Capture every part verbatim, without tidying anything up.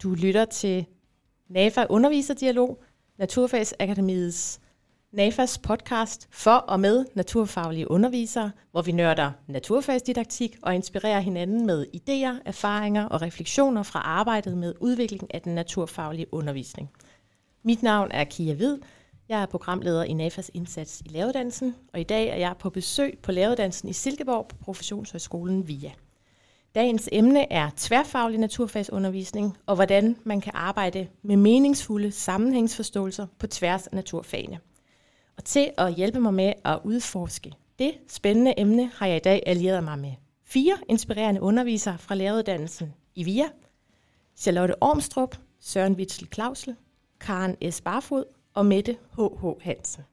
Du lytter til NAFA Underviserdialog, Naturfagsakademiets N A F A's podcast for og med naturfaglige undervisere, hvor vi nørder naturfagsdidaktik og inspirerer hinanden med idéer, erfaringer og refleksioner fra arbejdet med udvikling af den naturfaglige undervisning. Mit navn er Kia Hvid. Jeg er programleder i N A F A's indsats i læreruddannelsen, og i dag er jeg på besøg på læreruddannelsen i Silkeborg på Professionshøjskolen V I A. Dagens emne er tværfaglig naturfagsundervisning og hvordan man kan arbejde med meningsfulde sammenhængsforståelser på tværs af naturfagene. Og til at hjælpe mig med at udforske det spændende emne, har jeg i dag allieret mig med fire inspirerende undervisere fra læreruddannelsen i V I A. Charlotte Ormstrup, Søren Witzel Clausel, Karen S. Barfod og Mette H H Hansen.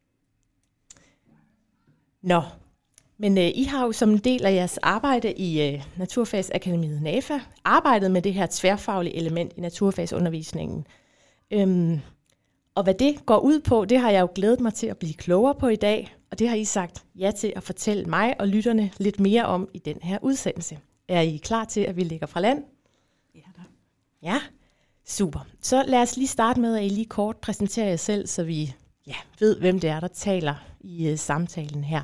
Nå, men øh, I har jo som en del af jeres arbejde i øh, Naturfagsakademiet NAFA arbejdet med det her tværfaglige element i naturfagsundervisningen. Øhm, og hvad det går ud på, det har jeg jo glædet mig til at blive klogere på i dag, og det har I sagt ja til at fortælle mig og lytterne lidt mere om i den her udsendelse. Er I klar til, at vi lægger fra land? Ja da. Ja, super. Så lad os lige starte med, at I lige kort præsenterer jer selv, så vi ja, ved, hvem det er, der taler i uh, samtalen her.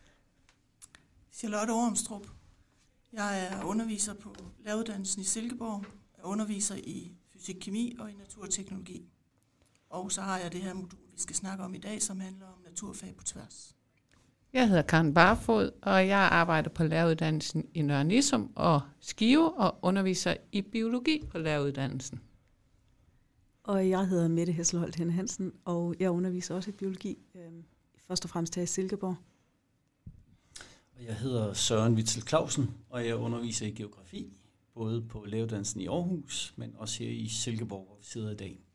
Charlotte Ormstrup. Jeg er underviser på læreruddannelsen i Silkeborg. Jeg underviser i fysik, kemi og i naturteknologi. Og så har jeg det her modul, vi skal snakke om i dag, som handler om naturfag på tværs. Jeg hedder Karen Barfod, og jeg arbejder på læreruddannelsen i Nørre Nissum og Skive og underviser i biologi på læreruddannelsen. Og jeg hedder Mette Hesselholt Henne Hansen, og jeg underviser også i biologi, øh, først og fremmest her i Silkeborg. Jeg hedder Søren Witzel Clausen, og jeg underviser i geografi, både på læreruddannelsen i Aarhus, men også her i Silkeborg, hvor vi sidder i dag.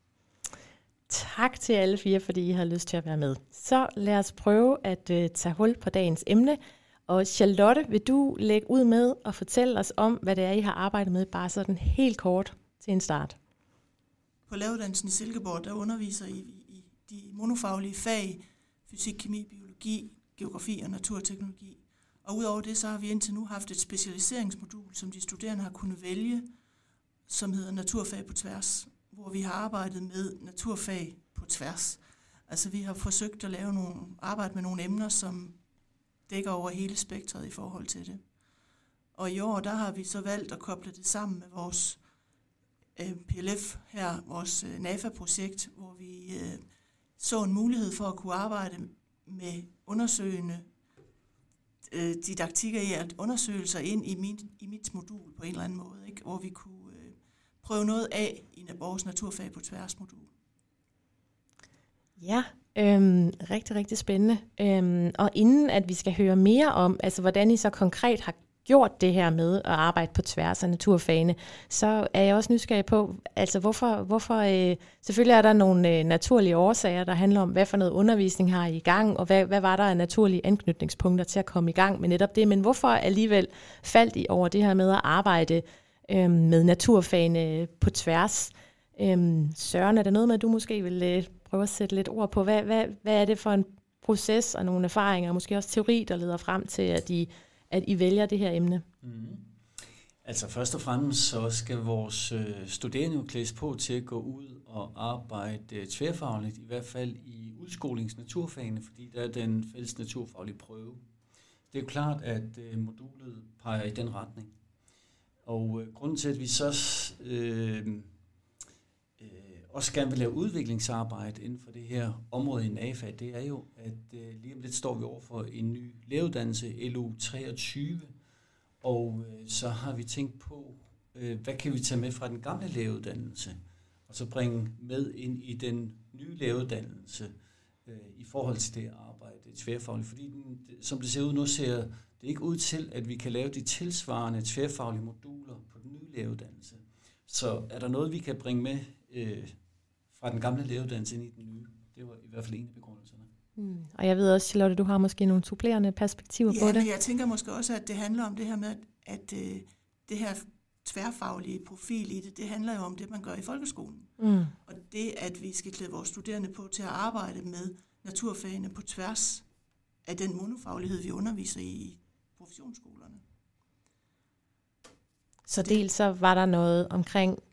Tak til alle fire, fordi I har lyst til at være med. Så lad os prøve at uh, tage hul på dagens emne. Og Charlotte, vil du lægge ud med og fortælle os om, hvad det er, I har arbejdet med, bare sådan helt kort til en start? På læreruddannelsen i Silkeborg, der underviser I i de monofaglige fag, fysik, kemi, biologi, geografi og naturteknologi. Og udover det, så har vi indtil nu haft et specialiseringsmodul, som de studerende har kunnet vælge, som hedder naturfag på tværs, hvor vi har arbejdet med naturfag på tværs. Altså vi har forsøgt at lave nogle, arbejde med nogle emner, som dækker over hele spektret i forhold til det. Og i år, der har vi så valgt at koble det sammen med vores øh, P L F her, vores øh, NAFA-projekt, hvor vi øh, så en mulighed for at kunne arbejde med undersøgende øh, didaktikker i at undersøgelser ind i, min, i mit modul på en eller anden måde, ikke? Hvor vi kunne øh, prøve noget af i vores naturfag på tværs modul. Ja, øhm, rigtig, rigtig spændende. Øhm, og inden at vi skal høre mere om, altså hvordan I så konkret har gjort det her med at arbejde på tværs af naturfagene, så er jeg også nysgerrig på, altså hvorfor, hvorfor øh, selvfølgelig er der nogle øh, naturlige årsager, der handler om, hvad for noget undervisning har I i gang, og hvad, hvad var der af naturlige anknytningspunkter til at komme i gang med netop det, men hvorfor alligevel faldt I over det her med at arbejde øh, med naturfagene på tværs? Øh, Søren, er der noget med, at du måske vil øh, prøve at sætte lidt ord på, hvad, hvad, hvad er det for en proces og nogle erfaringer, og måske også teori, der leder frem til, at I at I vælger det her emne? Mm. Altså først og fremmest så skal vores øh, studerende jo klædes på til at gå ud og arbejde øh, tværfagligt, i hvert fald i udskolingsnaturfagene, fordi der er den fælles naturfaglige prøve. Det er jo klart, at øh, modulet peger i den retning. Og øh, grunden til, at vi så øh, øh, også gerne vil lave udviklingsarbejde inden for det her område i NAFA, det er jo, at øh, lige om lidt står vi over for en ny læreruddannelse, L U treogtyve, og øh, så har vi tænkt på, øh, hvad kan vi tage med fra den gamle læreruddannelse, og så bringe med ind i den nye læreruddannelse øh, i forhold til det arbejde tværfagligt. Fordi den, som det ser ud nu, ser det ikke ud til, at vi kan lave de tilsvarende tværfaglige moduler på den nye læreruddannelse. Så er der noget, vi kan bringe med øh, fra den gamle læreruddannelse ind i den nye? Det var i hvert fald en af begrundelserne. Mm. Og jeg ved også, Charlotte, du har måske nogle supplerende perspektiver ja, på det. Ja, men jeg tænker måske også, at det handler om det her med, at, at øh, det her tværfaglige profil i det, det handler jo om det, man gør i folkeskolen. Mm. Og det, at vi skal klæde vores studerende på til at arbejde med naturfagene på tværs af den monofaglighed, vi underviser i professionsskolerne. Så dels så var der noget omkring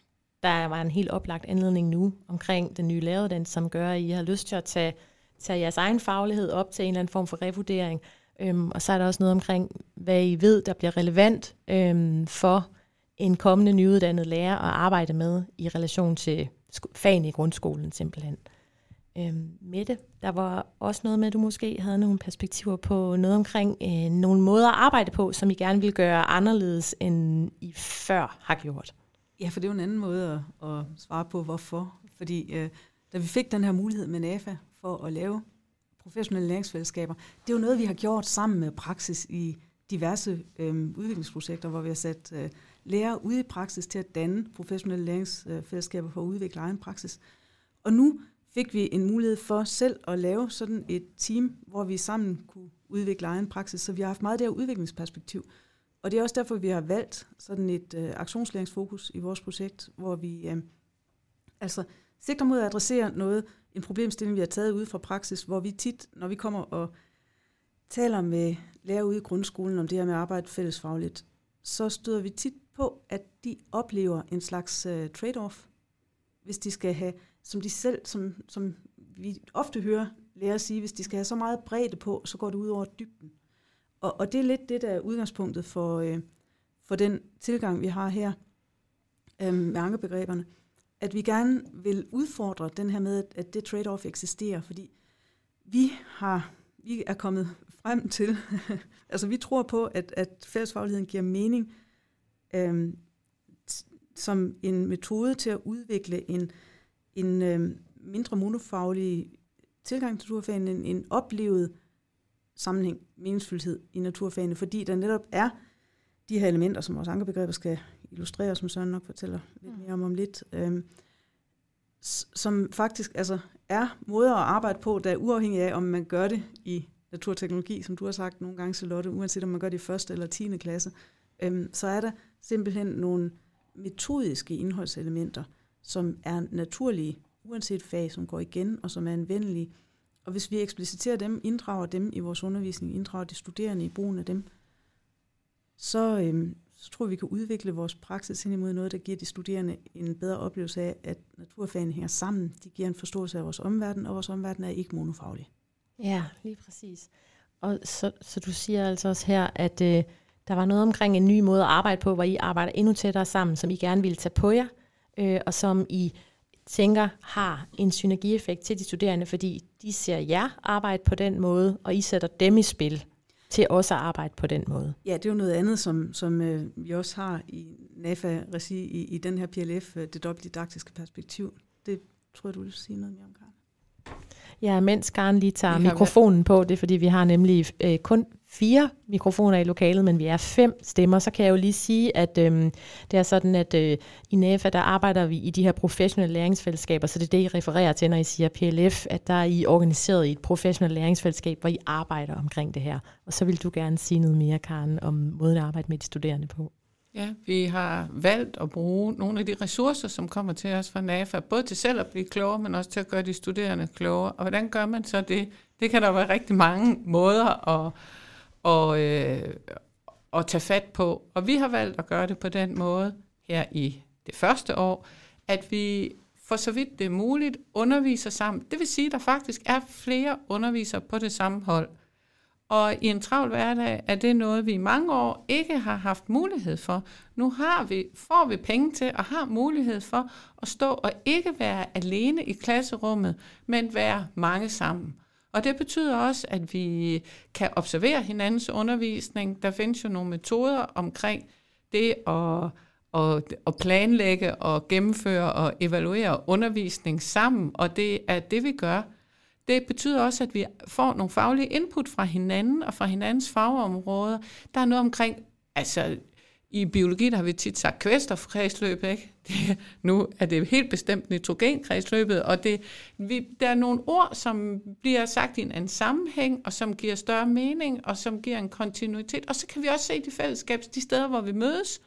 der var en helt oplagt anledning nu omkring den nye læreruddannelse, som gør, at I har lyst til at tage, tage jeres egen faglighed op til en eller anden form for revurdering. Øhm, og så er der også noget omkring, hvad I ved, der bliver relevant øhm, for en kommende nyuddannet lærer at arbejde med i relation til sk- fagene i grundskolen simpelthen. Øhm, Mette, der var også noget med, at du måske havde nogle perspektiver på noget omkring øh, nogle måder at arbejde på, som I gerne vil gøre anderledes, end I før har gjort. Ja, for det er jo en anden måde at, at svare på, hvorfor. Fordi øh, da vi fik den her mulighed med NAFA for at lave professionelle læringsfællesskaber, det er jo noget, vi har gjort sammen med praksis i diverse øh, udviklingsprojekter, hvor vi har sat øh, lærere ude i praksis til at danne professionelle læringsfællesskaber for at udvikle egen praksis. Og nu fik vi en mulighed for selv at lave sådan et team, hvor vi sammen kunne udvikle egen praksis, så vi har haft meget der udviklingsperspektiv. Og det er også derfor, vi har valgt sådan et øh, aktionslæringsfokus i vores projekt, hvor vi øh, altså sigter mod at adressere noget, en problemstilling, vi har taget ud fra praksis, hvor vi tit, når vi kommer og taler med lærere ude i grundskolen om det her med at arbejde fællesfagligt, så støder vi tit på, at de oplever en slags uh, trade-off, hvis de skal have, som de selv, som, som vi ofte hører lærere sige, hvis de skal have så meget bredde på, så går det ud over dybden. Og, og det er lidt det, der er udgangspunktet for, øh, for den tilgang, vi har her øh, med ankebegreberne, at vi gerne vil udfordre den her med, at det trade-off eksisterer, fordi vi har vi er kommet frem til, altså vi tror på, at, at fællesfagligheden giver mening øh, t- som en metode til at udvikle en, en øh, mindre monofaglig tilgang til naturfagene, en, en oplevet sammenhæng, meningsfuldhed i naturfagene, fordi der netop er de her elementer, som vores ankebegreber skal illustrere, som Søren nok fortæller lidt mere om om lidt, øh, som faktisk altså, er måder at arbejde på, der er uafhængig af, om man gør det i naturteknologi, som du har sagt nogle gange, Charlotte, uanset om man gør det i første eller tiende klasse, øhm, så er der simpelthen nogle metodiske indholdselementer, som er naturlige, uanset fag, som går igen, og som er anvendelige. Og hvis vi ekspliciterer dem, inddrager dem i vores undervisning, inddrager de studerende i brugen af dem, så, øhm, så tror vi, vi kan udvikle vores praksis hen imod noget, der giver de studerende en bedre oplevelse af, at naturfagene hænger sammen. De giver en forståelse af vores omverden, og vores omverden er ikke monofaglig. Ja, lige præcis. Og så, så du siger altså også her, at øh, der var noget omkring en ny måde at arbejde på, hvor I arbejder endnu tættere sammen, som I gerne ville tage på jer, øh, og som I tænker har en synergieffekt til de studerende, fordi de ser jer arbejde på den måde, og I sætter dem i spil til også at arbejde på den måde. Ja, det er jo noget andet, som, som øh, vi også har i NAFA-regi i, i den her P L F, det dobbeltdidaktiske perspektiv. Det tror jeg, du vil sige noget mere om, Karen. Ja, mens Karen lige tager mikrofonen på, det er fordi, vi har nemlig øh, kun fire mikrofoner i lokalet, men vi er fem stemmer, så kan jeg jo lige sige, at øh, det er sådan, at øh, i NAFA, der arbejder vi i de her professionelle læringsfællesskaber, så det er det, I refererer til, når I siger P L F, at der er I organiseret i et professionelt læringsfællesskab, hvor I arbejder omkring det her. Og så vil du gerne sige noget mere, Karen, om måden at arbejde med de studerende på. Ja, vi har valgt at bruge nogle af de ressourcer, som kommer til os fra NAFA, både til selv at blive klogere, men også til at gøre de studerende klogere. Og hvordan gør man så det? Det kan der være rigtig mange måder at, at, øh, at tage fat på. Og vi har valgt at gøre det på den måde her i det første år, at vi for så vidt det er muligt underviser sammen. Det vil sige, at der faktisk er flere undervisere på det samme hold. Og i en travl hverdag er det noget, vi i mange år ikke har haft mulighed for. Nu har vi, får vi penge til og har mulighed for at stå og ikke være alene i klasserummet, men være mange sammen. Og det betyder også, at vi kan observere hinandens undervisning. Der findes jo nogle metoder omkring det at, at, at planlægge og gennemføre og evaluere undervisning sammen, og det er det, vi gør. Det betyder også, at vi får nogle faglige input fra hinanden og fra hinandens fagområder. Der er noget omkring, altså i biologi, der har vi tit sagt kvælstofkredsløbet, ikke? Det, nu er det helt bestemt nitrogenkredsløbet, og det, vi, der er nogle ord, som bliver sagt i en anden sammenhæng, og som giver større mening, og som giver en kontinuitet. Og så kan vi også se de fællesskabs, de steder, hvor vi mødes,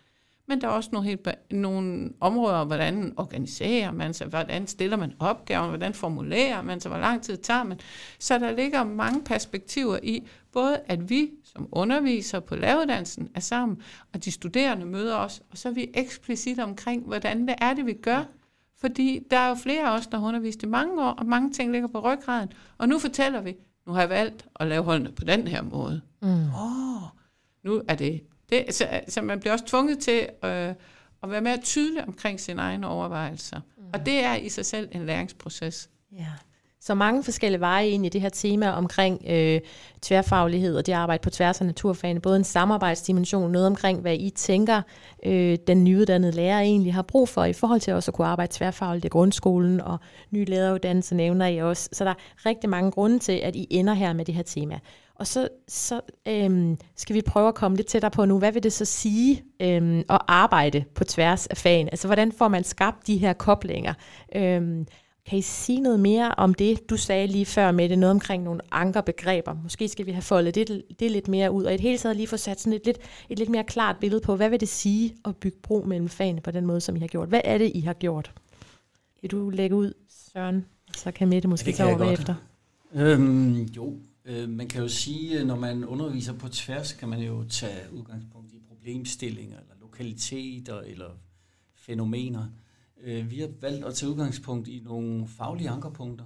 men der er også nogle, helt, nogle områder, hvordan organiserer man sig, hvordan stiller man opgaven, hvordan formulerer man sig, hvor lang tid tager man. Så der ligger mange perspektiver i, både at vi som undervisere på læreruddannelsen er sammen, og de studerende møder os, og så er vi eksplicit omkring, hvordan det er det, vi gør. Fordi der er jo flere af os, der har undervist i mange år, og mange ting ligger på ryggraden. Og nu fortæller vi, nu har jeg valgt at lave holdene på den her måde. Åh, mm. oh, nu er det... det så, så man bliver også tvunget til øh, at være mere tydelig omkring sine egne overvejelser. Mm. Og det er i sig selv en læringsproces. Ja. Så mange forskellige veje ind i det her tema omkring øh, tværfaglighed og det arbejde på tværs af naturfagene. Både en samarbejdsdimension, noget omkring, hvad I tænker, øh, den nyuddannede lærer egentlig har brug for, i forhold til også at kunne arbejde tværfagligt i grundskolen, og ny læreruddannelse nævner I også. Så der er rigtig mange grunde til, at I ender her med det her tema. Og så, så øh, skal vi prøve at komme lidt tættere på nu. Hvad vil det så sige øh, at arbejde på tværs af fagene? Altså, hvordan får man skabt de her koblinger? Øh, Kan I sige noget mere om det, du sagde lige før med det, noget omkring nogle ankerbegreber? Måske skal vi have foldet det, det lidt mere ud, og i det hele taget lige få sat sådan et lidt, et lidt mere klart billede på, hvad vil det sige at bygge bro mellem fagene på den måde, som I har gjort? Hvad er det, I har gjort? Vil du lægge ud, Søren? Så kan Mette måske tage over bagefter. Øhm, jo, øh, man kan jo sige, når man underviser på tværs, kan man jo tage udgangspunkt i problemstillinger, eller lokaliteter, eller fænomener. Vi har valgt at tage udgangspunkt i nogle faglige ankerpunkter,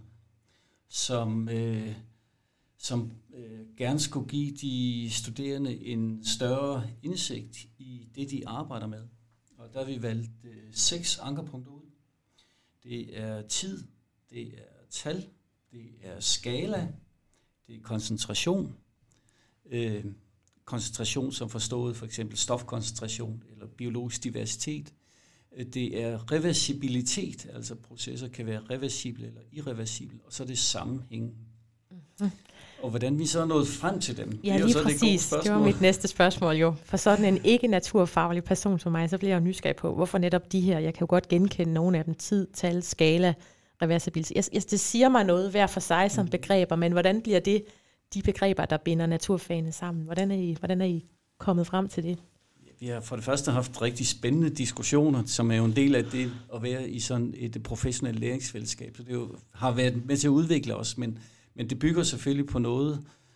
som, øh, som øh, gerne skulle give de studerende en større indsigt i det, de arbejder med. Og der har vi valgt øh, seks ankerpunkter ud. Det er tid, det er tal, det er skala, det er koncentration. Øh, koncentration som forstået for eksempel stofkoncentration eller biologisk diversitet. Det er reversibilitet, altså processer kan være reversible eller irreversible, og så er det sammenhæng. Mm-hmm. Og hvordan vi så er nået frem til dem, ja, det er jo så præcis. Det, det var mit næste spørgsmål jo. For sådan en ikke-naturfaglig person som mig, så bliver jeg jo nysgerrig på, hvorfor netop de her, jeg kan jo godt genkende nogle af dem, tid, tal, skala, reversibilitet. Jeg, jeg, det siger mig noget hver for sig som begreber, men hvordan bliver det de begreber, der binder naturfagene sammen? Hvordan er I, hvordan er I kommet frem til det? Vi har for det første haft rigtig spændende diskussioner, som er jo en del af det at være i sådan et professionelt læringsfællesskab. Så det jo har været med til at udvikle os, men, men det bygger selvfølgelig på noget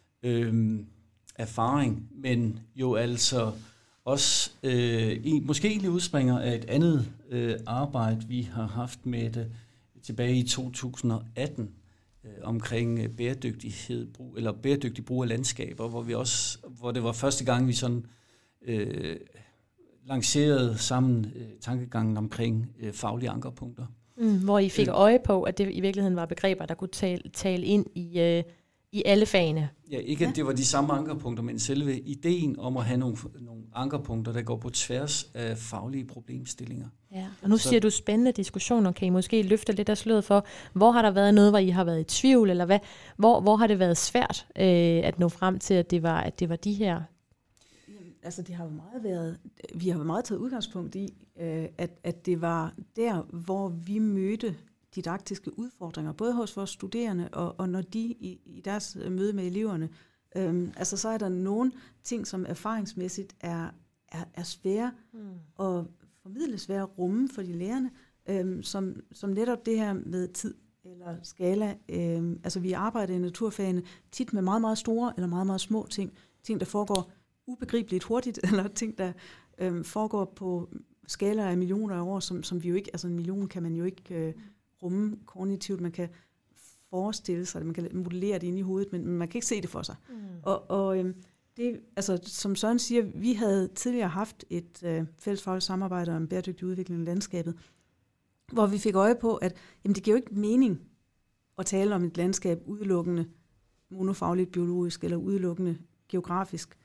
øh, erfaring, men jo altså også øh, i, måske egentlig udspringer af et andet øh, arbejde, vi har haft med det tilbage i to tusind og atten øh, omkring bæredygtighed, brug, eller bæredygtig brug af landskaber, hvor vi også, hvor det var første gang, vi sådan Øh, lanceret sammen øh, tankegangen omkring øh, faglige ankerpunkter. Mm, hvor I fik øje på, at det i virkeligheden var begreber, der kunne tale, tale ind i, øh, i alle fagene. Ja, ikke at ja. det var de samme ankerpunkter, men selve ideen om at have nogle, nogle ankerpunkter, der går på tværs af faglige problemstillinger. Ja. Og nu Så, siger du spændende diskussioner. Kan I måske løfte lidt af sløret for, hvor har der været noget, hvor I har været i tvivl, eller hvad? Hvor, hvor har det været svært øh, at nå frem til, at det var, at det var de her? Altså, det har jo meget været, vi har jo meget taget udgangspunkt i, øh, at, at det var der, hvor vi mødte didaktiske udfordringer, både hos vores studerende, og, og når de i, i deres møde med eleverne, øh, altså så er der nogle ting, som erfaringsmæssigt er, er, er svære mm. at formidle, svære at rumme for de lærerne, øh, som, som netop det her med tid eller skala. Øh, altså, vi arbejder i naturfagene tit med meget, meget store eller meget, meget små ting, ting, der foregår ubegribeligt hurtigt, eller ting, der øhm, foregår på skala af millioner af år, som, som vi jo ikke, altså en million kan man jo ikke øh, rumme kognitivt, man kan forestille sig det, man kan modellere det ind i hovedet, men, men man kan ikke se det for sig. Mm. Og, og øhm, det, altså, som Søren siger, vi havde tidligere haft et øh, fællesfagligt samarbejde om bæredygtig udvikling i landskabet, hvor vi fik øje på, at jamen, det giver jo ikke mening at tale om et landskab udelukkende monofagligt biologisk, eller udelukkende geografisk.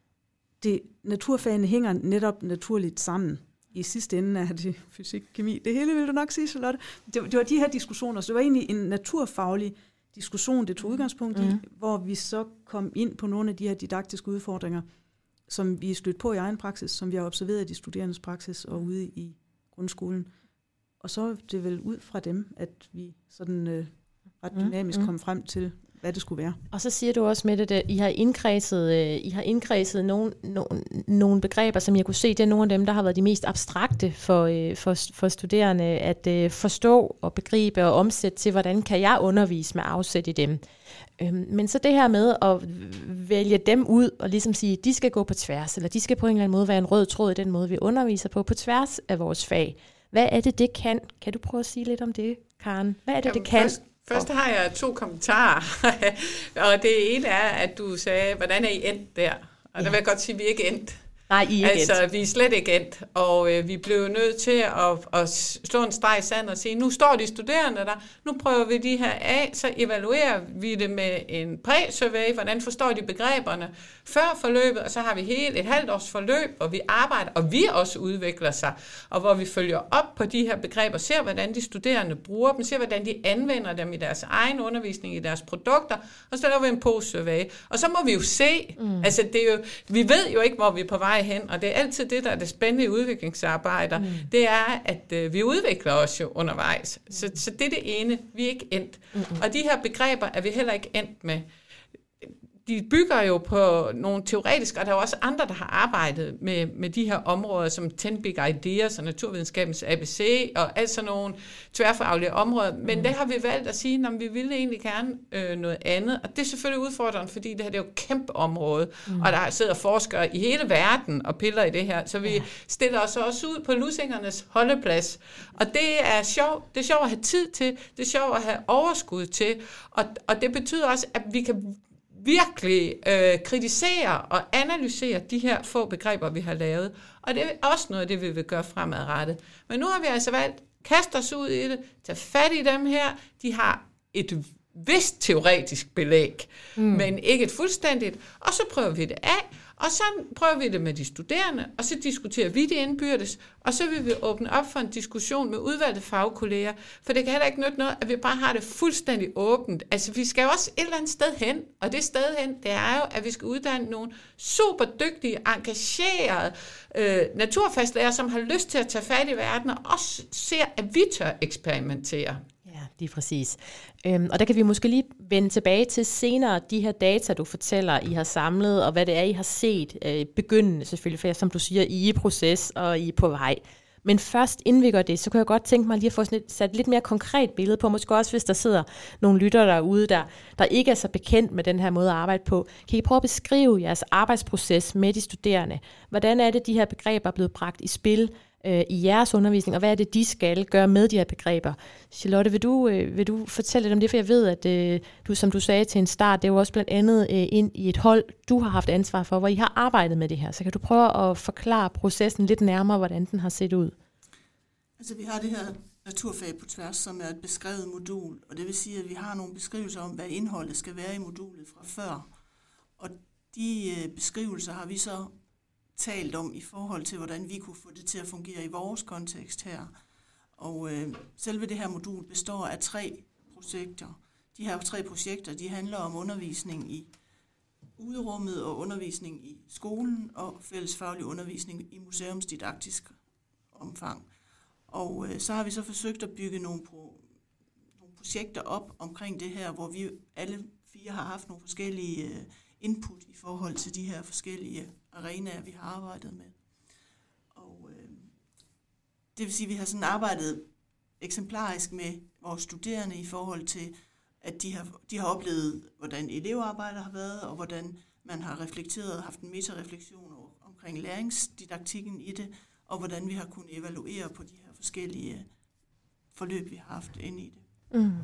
Det, naturfagene hænger netop naturligt sammen. I sidste ende er det fysik, kemi. Det hele vil du nok sige, Charlotte. Det, det var de her diskussioner, så det var egentlig en naturfaglig diskussion, det tog udgangspunkt i, mm. hvor vi så kom ind på nogle af de her didaktiske udfordringer, som vi er stødt på i egen praksis, som vi har observeret i de studerendes praksis og ude i grundskolen. Og så er det vel ud fra dem, at vi sådan øh, ret dynamisk mm. kom frem til, hvad det skulle være. Og så siger du også, Mette, at I har indkredset, I har indkredset nogle, nogle, nogle begreber, som jeg kunne se, det er nogle af dem, der har været de mest abstrakte for, for, for studerende at forstå og begribe og omsætte til, hvordan kan jeg undervise med afsæt i dem. Men så det her med at vælge dem ud og ligesom sige, at de skal gå på tværs, eller de skal på en eller anden måde være en rød tråd i den måde, vi underviser på, på tværs af vores fag. Hvad er det, det kan? Kan du prøve at sige lidt om det, Karen? Hvad er det, Jamen, det kan? Først, først har jeg to kommentarer. Og det ene er, at du sagde, hvordan er I endt der? Og ja. Der vil jeg godt sige, at vi er ikke endt. Nej, I er ikke altså, endt. vi er slet ikke endt, og øh, vi blev nødt til at, at slå en streg i sand og sige, nu står de studerende der, nu prøver vi de her af, så evaluerer vi det med en præ-survey, hvordan forstår de begreberne før forløbet, og så har vi hele et halvt års forløb, hvor vi arbejder, og vi også udvikler sig, og hvor vi følger op på de her begreber, ser hvordan de studerende bruger dem, ser hvordan de anvender dem i deres egen undervisning, i deres produkter, og så laver vi en post-survey, og så må vi jo se, mm. altså det er jo, vi ved jo ikke, hvor vi er på vej hen, og det er altid det, der er det spændende i udviklingsarbejder, mm. det er, at øh, vi udvikler os jo undervejs. Mm. Så, så det er det ene, vi er ikke endt. Mm. Og de her begreber er vi heller ikke endt med. De bygger jo på nogle teoretiske, og der er også andre, der har arbejdet med, med de her områder, som ten big ideas og naturvidenskabens A B C, og alt sådan nogle tværfaglige områder. Men mm. det har vi valgt at sige, at vi ville egentlig gerne øh, noget andet. Og det er selvfølgelig udfordrende, fordi det her det er jo et kæmpe område, mm. og der sidder forskere i hele verden og piller i det her. Så vi ja. stiller os også ud på lusingernes holdeplads. Og det er sjovt. Det er sjovt at have tid til. Det er sjovt at have overskud til. Og, og det betyder også, at vi kan virkelig øh, kritisere og analysere de her få begreber, vi har lavet. Og det er også noget af det, vi vil gøre fremadrettet. Men nu har vi altså valgt, kaste os ud i det, tage fat i dem her. De har et vist teoretisk belæg, mm. men ikke et fuldstændigt. Og så prøver vi det af, og så prøver vi det med de studerende, og så diskuterer vi det indbyrdes, og så vil vi åbne op for en diskussion med udvalgte fagkolleger, for det kan heller ikke nytte noget, at vi bare har det fuldstændig åbent. Altså, vi skal jo også et eller andet sted hen, og det sted hen, det er jo, at vi skal uddanne nogle super dygtige, engagerede øh, naturfagslærer, som har lyst til at tage fat i verden, og også ser, at vi tør eksperimentere. Ja, lige præcis. Øhm, og der kan vi måske lige vende tilbage til senere de her data, du fortæller, I har samlet, og hvad det er, I har set, øh, begyndende selvfølgelig, for som du siger, I er i proces, og I er på vej. Men først, inden vi gør det, så kunne jeg godt tænke mig lige at få sådan et, sat et lidt mere konkret billede på, måske også hvis der sidder nogle lyttere derude, der, der ikke er så bekendt med den her måde at arbejde på. Kan I prøve at beskrive jeres arbejdsproces med de studerende? Hvordan er det, de her begreber er blevet bragt i spil øh, i jeres undervisning, og hvad er det, de skal gøre med de her begreber? Charlotte, vil du, øh, vil du fortælle lidt om det, for jeg ved, at øh, du, som du sagde til en start, det er jo også blandt andet øh, ind i et hold, du har haft ansvar for, hvor I har arbejdet med det her. Så kan du prøve at forklare processen lidt nærmere, hvordan den har set ud? Altså, vi har det her naturfag på tværs, som er et beskrevet modul, og det vil sige, at vi har nogle beskrivelser om, hvad indholdet skal være i modulet fra før. Og de øh, beskrivelser har vi så talt om i forhold til, hvordan vi kunne få det til at fungere i vores kontekst her. Og øh, selve det her modul består af tre projekter. De her tre projekter, de handler om undervisning i uderummet og undervisning i skolen og fællesfaglig undervisning i museumsdidaktisk omfang. Og øh, så har vi så forsøgt at bygge nogle, pro, nogle projekter op omkring det her, hvor vi alle fire har haft nogle forskellige øh, input i forhold til de her forskellige arenaer, vi har arbejdet med. Og øh, det vil sige, at vi har sådan arbejdet eksemplarisk med vores studerende i forhold til, at de har, de har oplevet, hvordan elevarbejdet har været, og hvordan man har reflekteret og haft en metareflektion omkring læringsdidaktikken i det, og hvordan vi har kunnet evaluere på de her forskellige forløb, vi har haft inde i det. Mm.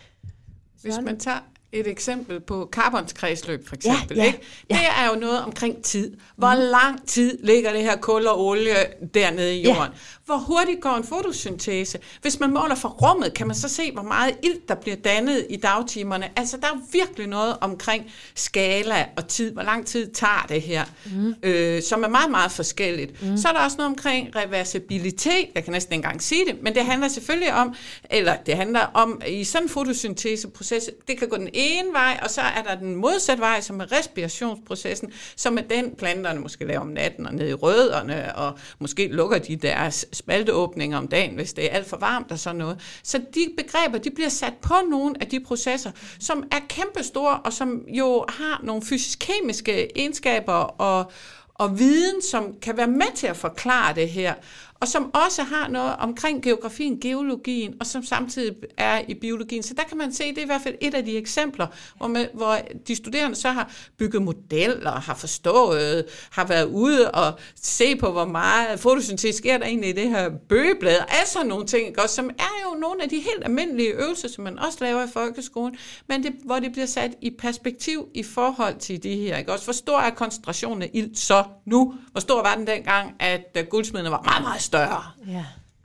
Hvis man tager et eksempel på carbonskredsløb for eksempel, ja, ja, ikke? Det ja. er jo noget omkring tid. Hvor mm. lang tid ligger det her kul og olie dernede i jorden? Ja. Hvor hurtigt går en fotosyntese? Hvis man måler fra rummet, kan man så se, hvor meget ilt, der bliver dannet i dagtimerne. Altså, der er virkelig noget omkring skala og tid. Hvor lang tid tager det her? Mm. Øh, som er meget, meget forskelligt. Mm. Så er der også noget omkring reversibilitet. Jeg kan næsten ikke engang sige det, men det handler selvfølgelig om, eller det handler om, i sådan en fotosynteseproces, det kan gå den ene vej, og så er der den modsatte vej, som er respirationsprocessen, som er den, planterne måske laver om natten og ned i rødderne, og måske lukker de deres spalteåbninger om dagen, hvis det er alt for varmt og sådan noget. Så de begreber, de bliver sat på nogle af de processer, som er kæmpestore, og som jo har nogle fysisk-kemiske egenskaber og, og viden, som kan være med til at forklare det her, og som også har noget omkring geografien, geologien, og som samtidig er i biologien. Så der kan man se, det er i hvert fald et af de eksempler, hvor, man, hvor de studerende så har bygget modeller, har forstået, har været ude og se på, hvor meget fotosyntese sker der egentlig i det her bøgeblad, altså nogle ting, også, som er jo nogle af de helt almindelige øvelser, som man også laver i folkeskolen, men det, hvor det bliver sat i perspektiv i forhold til de her. Ikke? Også hvor stor er koncentrationen af ilt så nu? Hvor stor var den dengang, at guldsmedene var meget, meget større? Ja,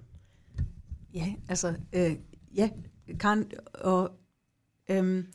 ja altså, øh, ja, Karen, og øhm,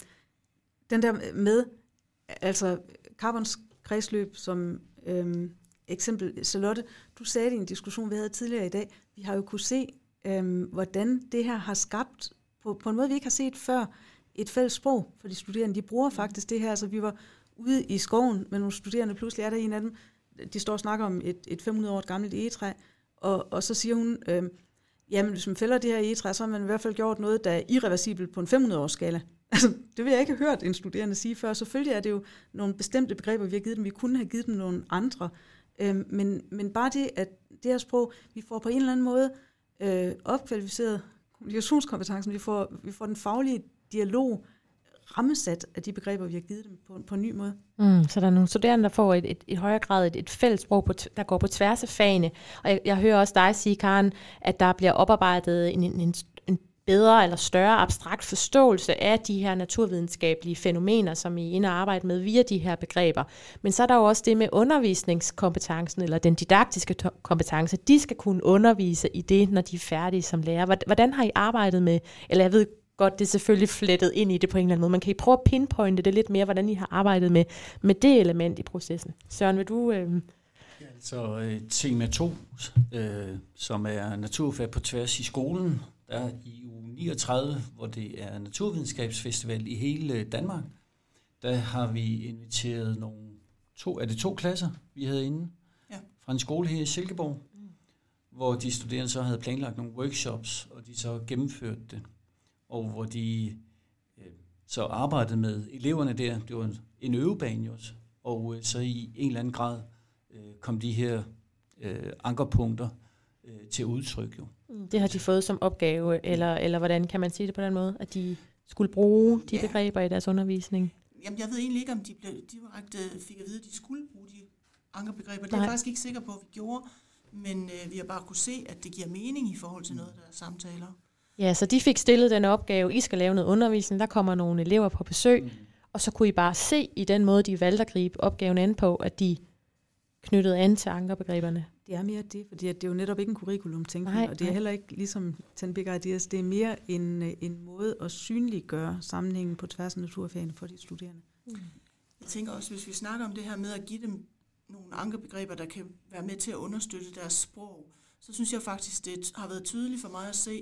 den der med, altså carbons kredsløb som øhm, eksempel, Charlotte, du sagde det i en diskussion, vi havde tidligere i dag, vi har jo kunne se, øhm, hvordan det her har skabt, på, på en måde, vi ikke har set før, et fælles sprog for de studerende. De bruger faktisk det her, altså vi var ude i skoven med nogle studerende, pludselig er der en af dem, de står og snakker om et, et fem hundrede år gammelt egetræ, og, og så siger hun, øh, jamen hvis man fælder det her egetræ, så har man i hvert fald gjort noget, der er irreversibelt på en fem hundrede års skala. Altså, det vil jeg ikke have hørt en studerende sige før. Selvfølgelig er det jo nogle bestemte begreber, vi har givet dem. Vi kunne have givet dem nogle andre. Øh, men, men bare det, at det her sprog, vi får på en eller anden måde øh, opkvalificeret kommunikationskompetencen, vi får, vi får den faglige dialog rammesat af de begreber, vi har givet dem på, på en ny måde. Mm, så der er nogle studerende, der får et, et, et højere grad et, et fælles sprog, på, der går på tværs af fagene. Og jeg, jeg hører også dig sige, Karen, at der bliver oparbejdet en, en, en bedre eller større abstrakt forståelse af de her naturvidenskabelige fænomener, som I er inde og arbejde med via de her begreber. Men så er der jo også det med undervisningskompetencen, eller den didaktiske to- kompetence. De skal kunne undervise i det, når de er færdige som lærer. Hvordan har I arbejdet med, eller jeg ved godt, det er selvfølgelig flettet ind i det på en eller anden måde. Man kan I prøve at pinpointe det lidt mere, hvordan I har arbejdet med, med det element i processen. Søren, vil du... Øh... Ja, altså øh, tema to, øh, som er naturfag på tværs i skolen, der i uge niogtredive, hvor det er naturvidenskabsfestival i hele Danmark, der har vi inviteret nogle to, er det to klasser, vi havde inde, ja. Fra en skole her i Silkeborg, mm. hvor de studerende så havde planlagt nogle workshops, og de så gennemførte det. Og hvor de øh, så arbejdede med eleverne der. Det var en, en øvebane jo også. Og øh, så i en eller anden grad øh, kom de her øh, ankerpunkter øh, til udtryk jo. Det har de fået som opgave, eller, eller hvordan kan man sige det på den måde, at de skulle bruge de ja. begreber i deres undervisning? Jamen, jeg ved egentlig ikke, om de blev direkte fik at vide, at de skulle bruge de ankerbegreber. Det er jeg faktisk ikke sikker på, at vi gjorde, men øh, vi har bare kunne se, at det giver mening i forhold til noget af deres samtaler. Ja, så de fik stillet den opgave, I skal lave noget undervisning, der kommer nogle elever på besøg, mm. og så kunne I bare se i den måde, de valgte at gribe opgaven an på, at de knyttede an til ankerbegreberne. Det er mere det, fordi det er jo netop ikke en curriculum-tænkning, og det er heller ikke ligesom ten big ideas, det er mere en, en måde at synliggøre sammenhængen på tværs af naturfagene for de studerende. Mm. Jeg tænker også, hvis vi snakker om det her med at give dem nogle ankerbegreber, der kan være med til at understøtte deres sprog, så synes jeg faktisk, det har været tydeligt for mig at se,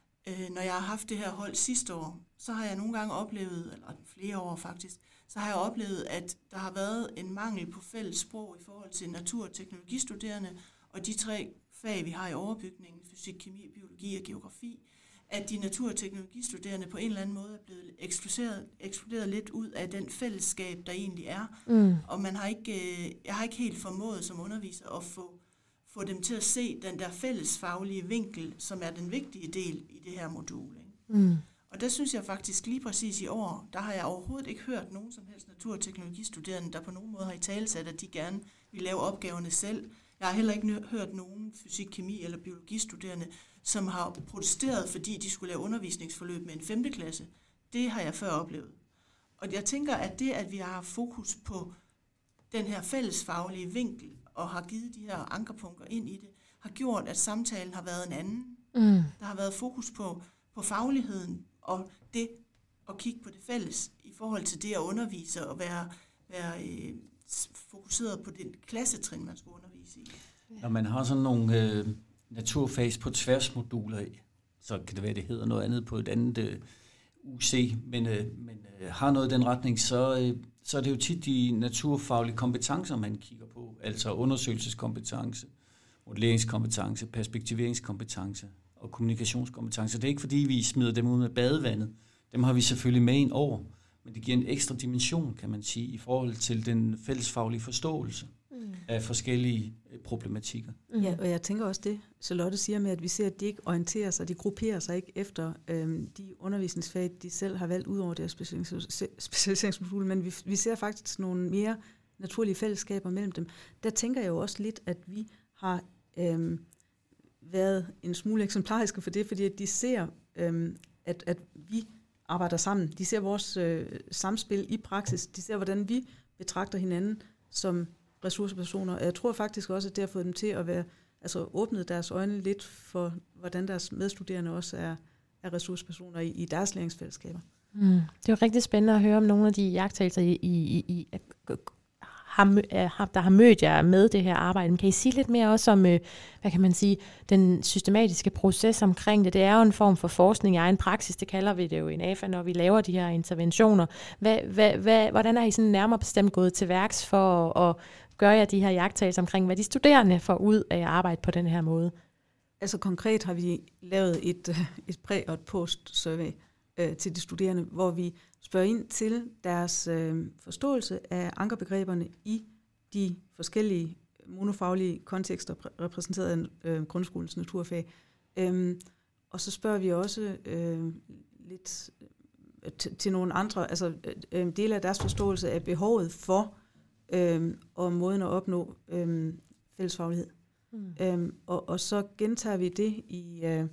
når jeg har haft det her hold sidste år, så har jeg nogle gange oplevet, eller flere år faktisk, så har jeg oplevet, at der har været en mangel på fælles sprog i forhold til natur- og teknologistuderende, og de tre fag, vi har i overbygningen, fysik, kemi, biologi og geografi, at de natur- og teknologistuderende på en eller anden måde er blevet ekskluderet, ekskluderet lidt ud af den fællesskab, der egentlig er. Mm. Og man har ikke, jeg har ikke helt formået som underviser at få få dem til at se den der fællesfaglige vinkel, som er den vigtige del i det her modul. Ikke? Mm. Og der synes jeg faktisk lige præcis i år, der har jeg overhovedet ikke hørt nogen som helst natur- og teknologistuderende, der på nogen måde har i talesat, at de gerne vil lave opgaverne selv. Jeg har heller ikke hørt nogen fysik, kemi eller biologistuderende, som har protesteret, fordi de skulle lave undervisningsforløb med en femte klasse. Det har jeg før oplevet. Og jeg tænker, at det, at vi har fokus på den her fællesfaglige vinkel, og har givet de her ankerpunkter ind i det, har gjort, at samtalen har været en anden. Mm. Der har været fokus på, på fagligheden, og det at kigge på det fælles, i forhold til det at undervise, og være, være øh, fokuseret på det klassetrin, man skulle undervise i. Når man har sådan nogle øh, naturfags på tværsmoduler, så kan det være, det hedder noget andet på et andet øh, U C, men, øh, men øh, har noget i den retning, så, øh, så er det jo tit de naturfaglige kompetencer, man kigger på, altså undersøgelseskompetence, modelleringskompetence, perspektiveringskompetence og kommunikationskompetence. Det er ikke fordi, vi smider dem ud med badevandet. Dem har vi selvfølgelig med ind over, men det giver en ekstra dimension, kan man sige, i forhold til den fællesfaglige forståelse mm. af forskellige problematikker. Mm. Ja, og jeg tænker også det, Charlotte siger med, at vi ser, at de ikke orienterer sig, de grupperer sig ikke efter øhm, de undervisningsfag, de selv har valgt ud over deres specialiseringsmodul, men vi, vi ser faktisk nogle mere naturlige fællesskaber mellem dem. Der tænker jeg jo også lidt, at vi har øhm, været en smule eksemplariske for det, fordi at de ser, øhm, at, at vi arbejder sammen. De ser vores øh, samspil i praksis. De ser, hvordan vi betragter hinanden som ressourcepersoner. Og jeg tror faktisk også, at det har fået dem til at være, altså åbnet deres øjne lidt for, hvordan deres medstuderende også er, er ressourcepersoner i, i deres læringsfællesskaber. Mm. Det er jo rigtig spændende at høre om nogle af de iagttagelser, I, I, I har, der har mødt jer med det her arbejde. Men kan I sige lidt mere også om, hvad kan man sige, den systematiske proces omkring det? Det er jo en form for forskning i egen praksis, det kalder vi det jo i N A F A, når vi laver de her interventioner. Hvad, hvad, hvad, hvordan er I sådan nærmere bestemt gået til værks for at, at gøre jer de her iagttagelser omkring, hvad de studerende får ud af at arbejde på den her måde? Altså konkret har vi lavet et, et præ- og et post-survey øh, til de studerende, hvor vi spørger ind til deres øh, forståelse af ankerbegreberne i de forskellige monofaglige kontekster repræsenteret af øh, grundskolens naturfag. Øhm, og så spørger vi også øh, lidt t- til nogle andre, altså øh, dele af deres forståelse af behovet for øh, og måden at opnå øh, fællesfaglighed. Mm. Øhm, og, og så gentager vi det i øh,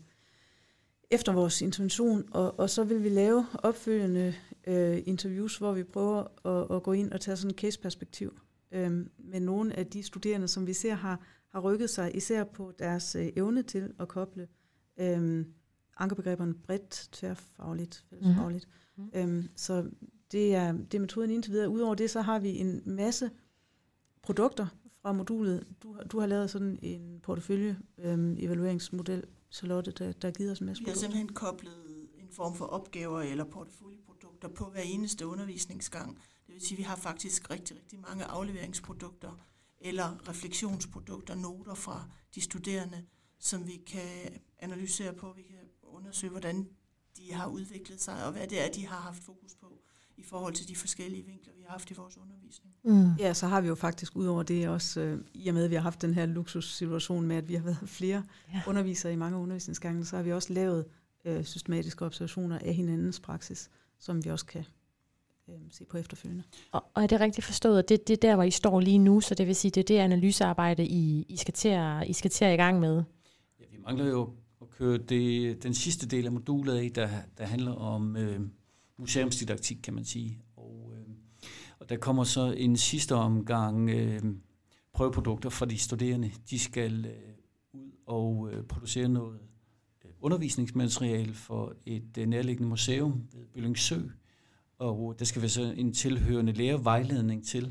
efter vores intervention, og, og så vil vi lave opfølgende øh, interviews, hvor vi prøver at, at gå ind og tage sådan et case-perspektiv øh, med nogle af de studerende, som vi ser har, har rykket sig, især på deres øh, evne til at koble øh, ankerbegreberne bredt, tværfagligt, fællesfagligt. Mm. Øhm, så det er, det er metoden indtil videre. Udover det, så har vi en masse produkter fra modulet. Du, du har lavet sådan en portefølje-evalueringsmodel, øhm, Charlotte, der, der giver os en masse produkter. Vi har produkter. simpelthen koblet en form for opgaver eller porteføljeprodukter på hver eneste undervisningsgang. Det vil sige, at vi har faktisk rigtig, rigtig mange afleveringsprodukter eller refleksionsprodukter, noter fra de studerende, som vi kan analysere på. Vi kan undersøge, hvordan de har udviklet sig, og hvad det er, de har haft fokus på i forhold til de forskellige vinkler, vi har haft i vores undervisning. Mm. Ja, så har vi jo faktisk ud over det også, øh, i og med at vi har haft den her luksussituation med, at vi har været flere ja. undervisere i mange undervisningsgange, så har vi også lavet øh, systematiske observationer af hinandens praksis, som vi også kan øh, se på efterfølgende. Og, og er det rigtigt forstået, at det, det er der, hvor I står lige nu, så det vil sige, det er det analysearbejde, I, I, skal til at, I skal til at i gang med? Ja, vi mangler jo at køre det, den sidste del af modulet af, der, der handler om øh, museumsdidaktik, kan man sige. Og, øh, og der kommer så en sidste omgang øh, prøveprodukter fra de studerende. De skal øh, ud og øh, producere noget øh, undervisningsmateriale for et øh, nærliggende museum ved Bøllingsø. Og der skal være så en tilhørende lærervejledning til.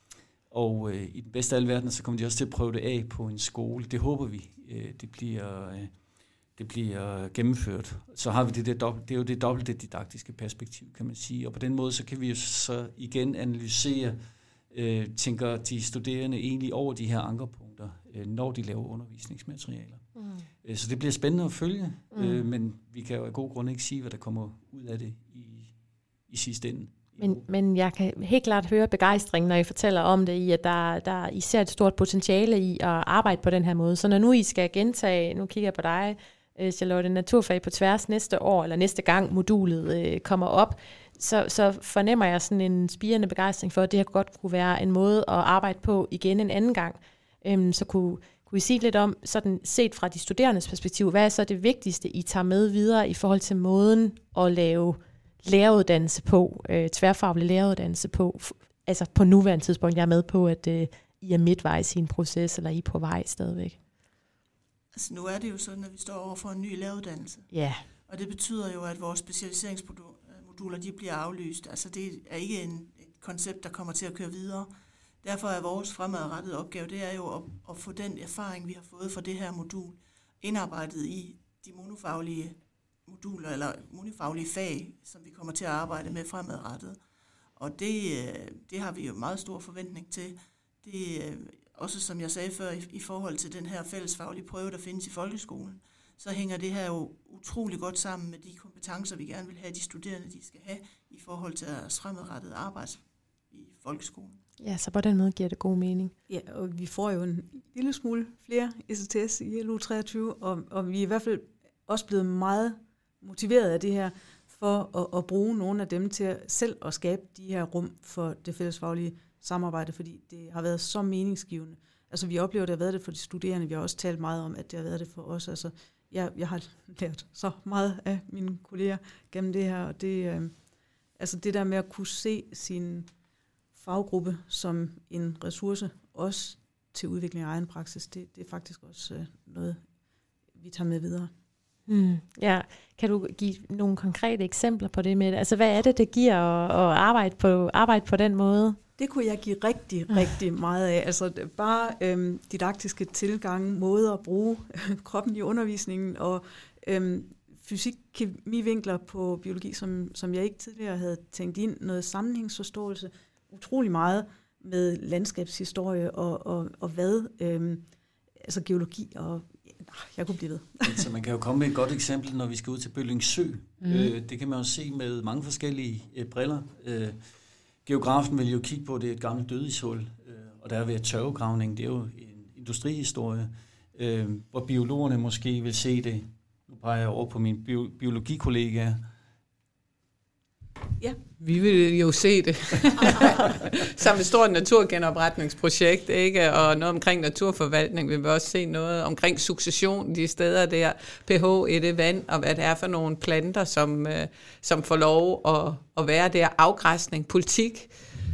Og øh, i den bedste af alle verdener, så kommer de også til at prøve det af på en skole. Det håber vi, øh, det bliver... Øh, det bliver gennemført. Så har vi det der dobbelt, det er jo det dobbelte didaktiske perspektiv, kan man sige. Og på den måde, så kan vi jo så igen analysere, øh, tænker de studerende egentlig over de her ankerpunkter, øh, når de laver undervisningsmaterialer. Mm. Øh, så det bliver spændende at følge, mm. øh, men vi kan jo af god grund ikke sige, hvad der kommer ud af det i, i sidste ende. Men, men jeg kan helt klart høre begejstringen, når I fortæller om det, i at der, der I ser et stort potentiale i at arbejde på den her måde. Så når nu I skal gentage, nu kigger jeg på dig, Charlotte, naturfag på tværs næste år, eller næste gang modulet øh, kommer op, så, så fornemmer jeg sådan en spirende begejstring for, at det her godt kunne være en måde at arbejde på igen en anden gang. Øhm, så kunne, kunne I sige lidt om, sådan set fra de studerendes perspektiv, hvad er så det vigtigste, I tager med videre i forhold til måden at lave læreruddannelse på, øh, tværfaglig læreruddannelse på, altså på nuværende tidspunkt, jeg er med på, at øh, I er midtvejs i en proces, eller I er på vej stadigvæk? Altså nu er det jo sådan, at vi står over for en ny læreruddannelse. Ja. Yeah. Og det betyder jo, at vores specialiseringsmoduler, de bliver aflyst. Altså det er ikke en, et koncept, der kommer til at køre videre. Derfor er vores fremadrettede opgave, det er jo at, at få den erfaring, vi har fået fra det her modul, indarbejdet i de monofaglige moduler, eller monofaglige fag, som vi kommer til at arbejde med fremadrettet. Og det, det har vi jo meget stor forventning til. Det også som jeg sagde før, i, i forhold til den her fællesfaglige prøve, der findes i folkeskolen, så hænger det her jo utrolig godt sammen med de kompetencer, vi gerne vil have, de studerende de skal have, i forhold til deres fremadrettede arbejde i folkeskolen. Ja, så på den måde giver det god mening. Ja, og vi får jo en lille smule flere E C T S i L U treogtyve, og, og vi er i hvert fald også blevet meget motiveret af det her, for at, at bruge nogle af dem til selv at skabe de her rum for det fællesfaglige samarbejde, fordi det har været så meningsgivende. Altså vi oplever, at det har været det for de studerende. Vi har også talt meget om, at det har været det for os. Altså, jeg, jeg har lært så meget af mine kolleger gennem det her, og det, øh, altså det der med at kunne se sin faggruppe som en ressource, også til udvikling af egen praksis, det, det er faktisk også øh, noget, vi tager med videre. Hmm, ja, kan du give nogle konkrete eksempler på det med det? Altså, hvad er det, det giver at, at arbejde, på, arbejde på den måde? Det kunne jeg give rigtig, rigtig meget af. Altså bare øhm, didaktiske tilgange, måder at bruge kroppen i undervisningen, og øhm, fysik-kemi-vinkler på biologi, som, som jeg ikke tidligere havde tænkt ind. Noget sammenhængsforståelse, utrolig meget med landskabshistorie og, og, og hvad, øhm, altså geologi og jeg kunne blive ved. Altså, man kan jo komme med et godt eksempel, når vi skal ud til Bøllingsø. Mm. Øh, det kan man jo se med mange forskellige øh, briller. Øh, geografen vil jo kigge på, det er et gammelt dødishul, øh, og der er ved tørvegravning, det er jo en industrihistorie, øh, hvor biologerne måske vil se det. Nu peger jeg over på mine bio- biologikollegaer. Ja, vi vil jo se det som et stort naturgenopretningsprojekt, ikke? Og noget omkring naturforvaltning. Vi vil også se noget omkring succession, de steder der, pH i det vand, og hvad det er for nogle planter, som, øh, som får lov at, at være der. Afgræsning, politik.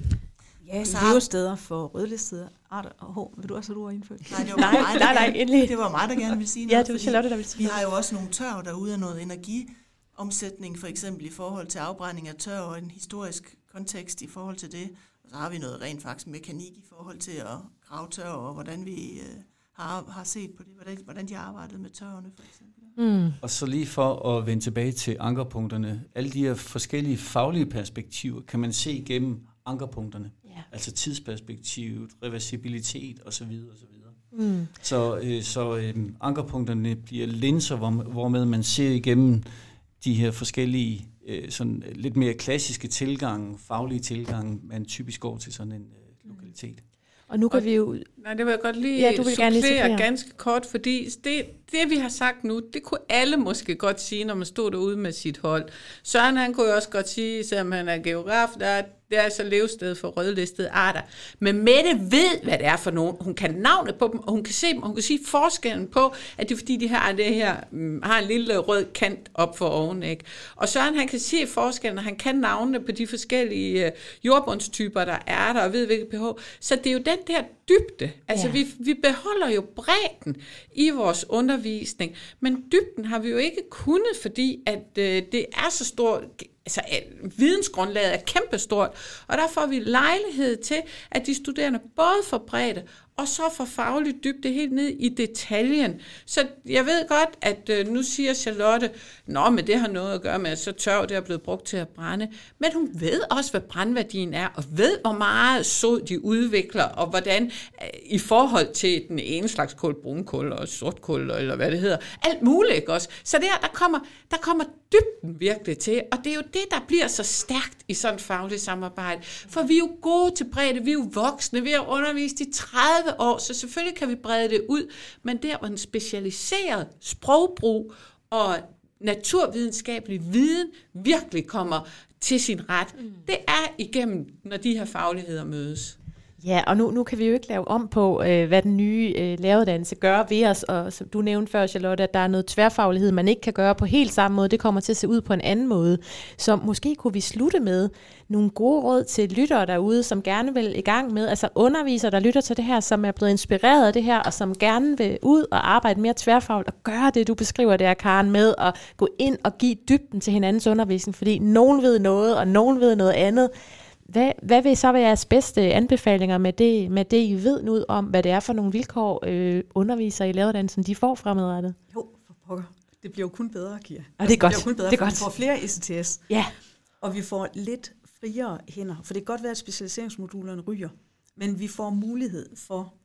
Ja, levesteder for rødlistede arter. Hov, vil du også have du indført? Nej, det var nej, mig, nej, nej, endelig. Det var mig, der gerne ville sige noget. Ja, det var Charlotte, der ville sige vi har jo også nogle tørv derude af noget energi. Omsætning for eksempel i forhold til afbrænding af tør og en historisk kontekst i forhold til det. Og så har vi noget rent faktisk mekanik i forhold til at grave tør, og hvordan vi øh, har, har set på det, hvordan, hvordan de har arbejdet med tørrene for eksempel. Mm. Og så lige for at vende tilbage til ankerpunkterne. Alle de her forskellige faglige perspektiver kan man se gennem ankerpunkterne. Yeah. Altså tidsperspektivet, reversibilitet osv. osv. Mm. Så, øh, så øh, ankerpunkterne bliver linser, hvor, hvormed man ser igennem de her forskellige, øh, sådan lidt mere klassiske tilgange, faglige tilgange, man typisk går til sådan en øh, lokalitet. Og nu kan og, vi jo... Nej, det vil jeg godt lige ja, du vil supplere ganske kort, fordi det, det, vi har sagt nu, det kunne alle måske godt sige, når man stod derude med sit hold. Søren, han kunne jo også godt sige, selvom han er geograf, der det er altså levested for rødlistede arter. Men Mette ved, hvad det er for nogen. Hun kan navnet på dem, og hun kan se dem, og hun kan sige forskellen på, at det er fordi, de har det her, har en lille rød kant op for oven, ikke? Og Søren, han kan se forskellen, og han kan navnene på de forskellige jordbundstyper, der er der, og ved hvilket pH. Så det er jo den der dybde. Altså, ja. vi, vi beholder jo bredden i vores undervisning, men dybden har vi jo ikke kunnet, fordi at øh, det er så stort. Altså, vidensgrundlaget er kæmpestort, og der får vi lejlighed til, at de studerende både får bredde, og så får fagligt dybde helt ned i detaljen. Så jeg ved godt, at øh, nu siger Charlotte, nå, men det har noget at gøre med, at så tørv det er blevet brugt til at brænde. Men hun ved også, hvad brændværdien er, og ved, hvor meget sod de udvikler, og hvordan øh, i forhold til den ene slags kål, brunkål og sortkål, eller hvad det hedder, alt muligt, ikke også? Så der, der, kommer, der kommer dybden virkelig til, og det er jo det, der bliver så stærkt i sådan et fagligt samarbejde. For vi er jo gode til bredde, vi er jo voksne, vi har undervist i tredive år, så selvfølgelig kan vi brede det ud, men der hvor en specialiseret sprogbrug og naturvidenskabelig viden virkelig kommer til sin ret, mm. det er igennem, når de her fagligheder mødes. Ja, og nu, nu kan vi jo ikke lave om på, øh, hvad den nye øh, læreruddannelse gør ved os, og som du nævnte før, Charlotte, at der er noget tværfaglighed, man ikke kan gøre på helt samme måde. Det kommer til at se ud på en anden måde. Så måske kunne vi slutte med nogle gode råd til lyttere derude, som gerne vil i gang med, altså undervisere, der lytter til det her, som er blevet inspireret af det her, og som gerne vil ud og arbejde mere tværfagligt og gøre det, du beskriver der, Karen, med at gå ind og give dybden til hinandens undervisning, fordi nogen ved noget, og nogen ved noget andet. Hvad, hvad vil så være jeres bedste anbefalinger med det, med det, I ved nu om, hvad det er for nogle vilkår, øh, undervisere i læreruddannelsen, de får fremadrettet? Jo, for pokker. Det bliver jo kun bedre, Kira. Og det er godt. Det bliver kun bedre, det er godt. Vi får flere E C T S. Ja. Og vi får lidt friere hænder. For det kan godt være, at specialiseringsmodulerne ryger. Men vi får mulighed for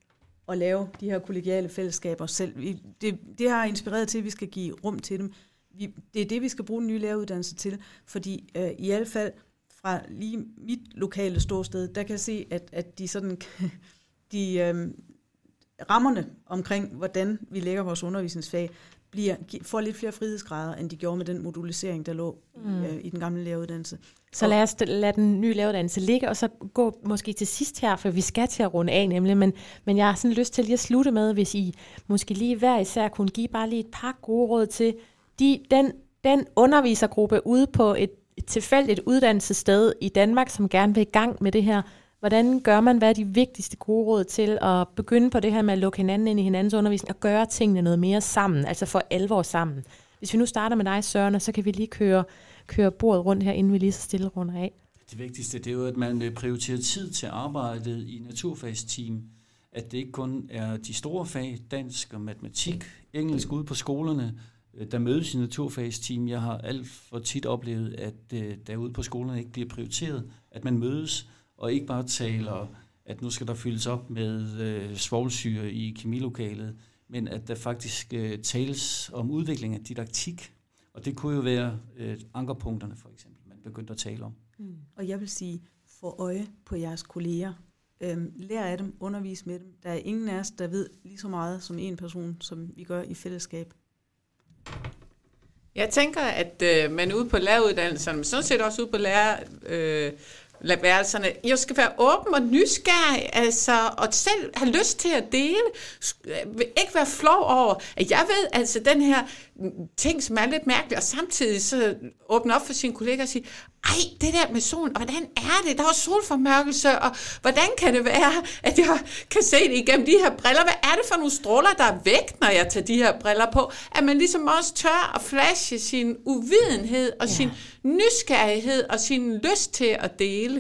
at lave de her kollegiale fællesskaber selv. Vi, det, det har inspireret til, at vi skal give rum til dem. Vi, det er det, vi skal bruge den nye læreruddannelse til, fordi øh, i hvert fald fra lige mit lokale ståsted, der kan jeg se, at, at de sådan, de øh, rammerne omkring, hvordan vi lægger vores undervisningsfag, bliver, får lidt flere frihedsgrader, end de gjorde med den modulisering, der lå mm. øh, i den gamle læreruddannelse. Så lad os lade den nye læreruddannelse ligge, og så gå måske til sidst her, for vi skal til at runde af nemlig, men, men jeg har sådan lyst til lige at slutte med, hvis I måske lige hver især kunne give bare lige et par gode råd til de, den, den undervisergruppe ude på et, et tilfældigt uddannelsessted i Danmark, som gerne vil i gang med det her. Hvordan gør man, hvad er de vigtigste gode råd til at begynde på det her med at lukke hinanden ind i hinandens undervisning og gøre tingene noget mere sammen, altså for alvor sammen? Hvis vi nu starter med dig, Søren, så kan vi lige køre, køre bordet rundt her, inden vi lige så stille runder af. Det vigtigste, det er jo, at man prioriterer tid til arbejdet i naturfagsteam. At det ikke kun er de store fag, dansk og matematik, engelsk ude på skolerne, der mødes i naturfagsteam. Jeg har alt for tit oplevet, at derude på skolerne ikke bliver prioriteret, at man mødes og ikke bare taler, at nu skal der fyldes op med øh, svovlsyre i kemilokalet, men at der faktisk øh, tales om udvikling af didaktik. Og det kunne jo være øh, ankerpunkterne for eksempel, man begyndte at tale om. Mm. Og jeg vil sige, få øje på jeres kolleger. Øhm, lær af dem, undervis med dem. Der er ingen af os, der ved lige så meget som en person, som vi gør i fællesskab. Jeg tænker, at øh, man ude på læreruddannelserne, men sådan set også ude på lærer... Øh, værelserne. Jeg skal være åben og nysgerrig, altså, og selv have lyst til at dele. Ikke være flov over, at jeg ved, altså, den her ting, som er lidt mærkelig, og samtidig så åbne op for sine kolleger og sige, ej, det der med solen, og hvordan er det? Der var solformørkelse, og hvordan kan det være, at jeg kan se det igennem de her briller? Hvad er det for nogle stråler, der er væk, når jeg tager de her briller på? At man ligesom også tør at flashe sin uvidenhed, og ja. sin nysgerrighed, og sin lyst til at dele.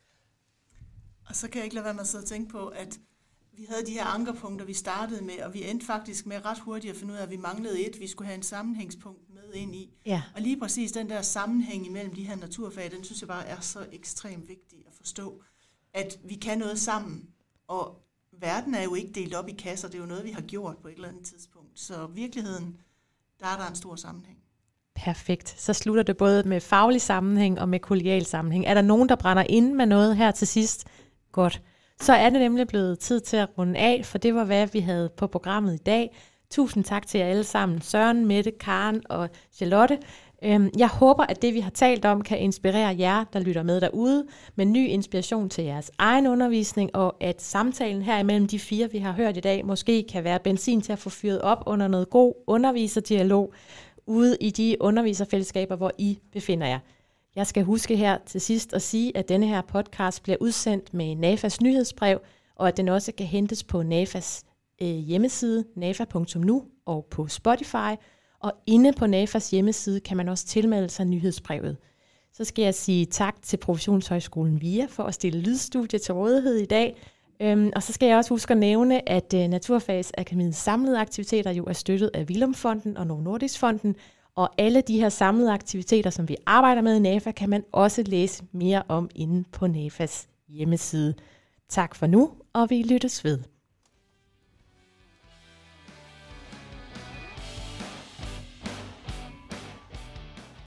Og så kan jeg ikke lade være med at sidde og tænke på, at vi havde de her ankerpunkter, vi startede med, og vi endte faktisk med ret hurtigt at finde ud af, at vi manglede et. Vi skulle have en sammenhængspunkt med ind i. Ja. Og lige præcis den der sammenhæng imellem de her naturfag, den synes jeg bare er så ekstremt vigtig at forstå, at vi kan noget sammen. Og verden er jo ikke delt op i kasser, det er jo noget, vi har gjort på et eller andet tidspunkt. Så virkeligheden, der er der en stor sammenhæng. Perfekt. Så slutter det både med faglig sammenhæng og med kollegial sammenhæng. Er der nogen, der brænder ind med noget her til sidst? Godt. Så er det nemlig blevet tid til at runde af, for det var, hvad vi havde på programmet i dag. Tusind tak til jer alle sammen, Søren, Mette, Karen og Charlotte. Jeg håber, at det, vi har talt om, kan inspirere jer, der lytter med derude, med ny inspiration til jeres egen undervisning, og at samtalen her imellem de fire, vi har hørt i dag, måske kan være benzin til at få fyret op under noget god underviserdialog ude i de underviserfællesskaber, hvor I befinder jer. Jeg skal huske her til sidst at sige, at denne her podcast bliver udsendt med NAFAs nyhedsbrev, og at den også kan hentes på NAFAs øh, hjemmeside, nafa punktum nu, og på Spotify. Og inde på NAFAs hjemmeside kan man også tilmelde sig nyhedsbrevet. Så skal jeg sige tak til Professionshøjskolen V I A for at stille lydstudie til rådighed i dag. Øhm, og så skal jeg også huske at nævne, at øh, Naturfagsakademiets samlede aktiviteter jo er støttet af Vilumfonden og Novo Nordisk Fonden. Og alle de her samlede aktiviteter, som vi arbejder med i NAFA, kan man også læse mere om inde på NAFAs hjemmeside. Tak for nu, og vi lyttes ved.